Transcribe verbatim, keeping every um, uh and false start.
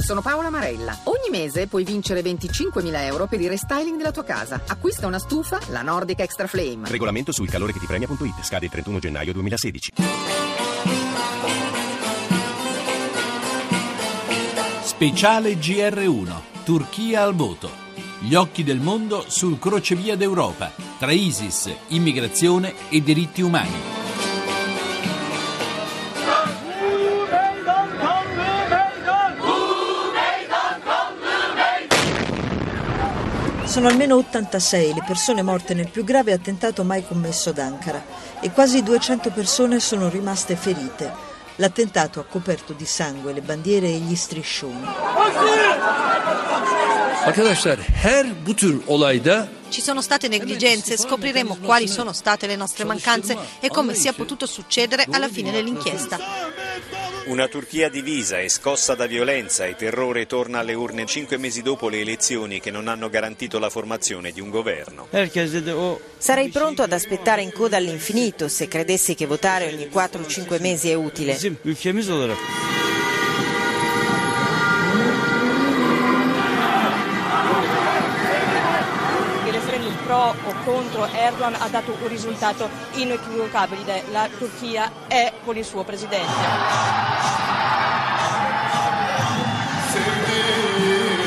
Sono Paola Marella. Ogni mese puoi vincere venticinquemila euro per il restyling della tua casa. Acquista una stufa, la Nordic Extra Flame. Regolamento su il calore che ti premia punto it. Scade il trentuno gennaio duemilasedici. Speciale G R uno. Turchia al voto. Gli occhi del mondo sul crocevia d'Europa. Tra ISIS, immigrazione e diritti umani. Sono almeno ottantasei le persone morte nel più grave attentato mai commesso ad Ankara e quasi duecento persone sono rimaste ferite. L'attentato ha coperto di sangue le bandiere e gli striscioni. Arkadaşlar, her bu tür olayda ci sono state negligenze, scopriremo quali sono state le nostre mancanze e come sia potuto succedere alla fine dell'inchiesta. Una Turchia divisa e scossa da violenza e terrore torna alle urne cinque mesi dopo le elezioni che non hanno garantito la formazione di un governo. Sarei pronto ad aspettare in coda all'infinito se credessi che votare ogni quattro o cinque mesi è utile. Pro o contro Erdogan ha dato un risultato inequivocabile. La Turchia è con il suo presidente.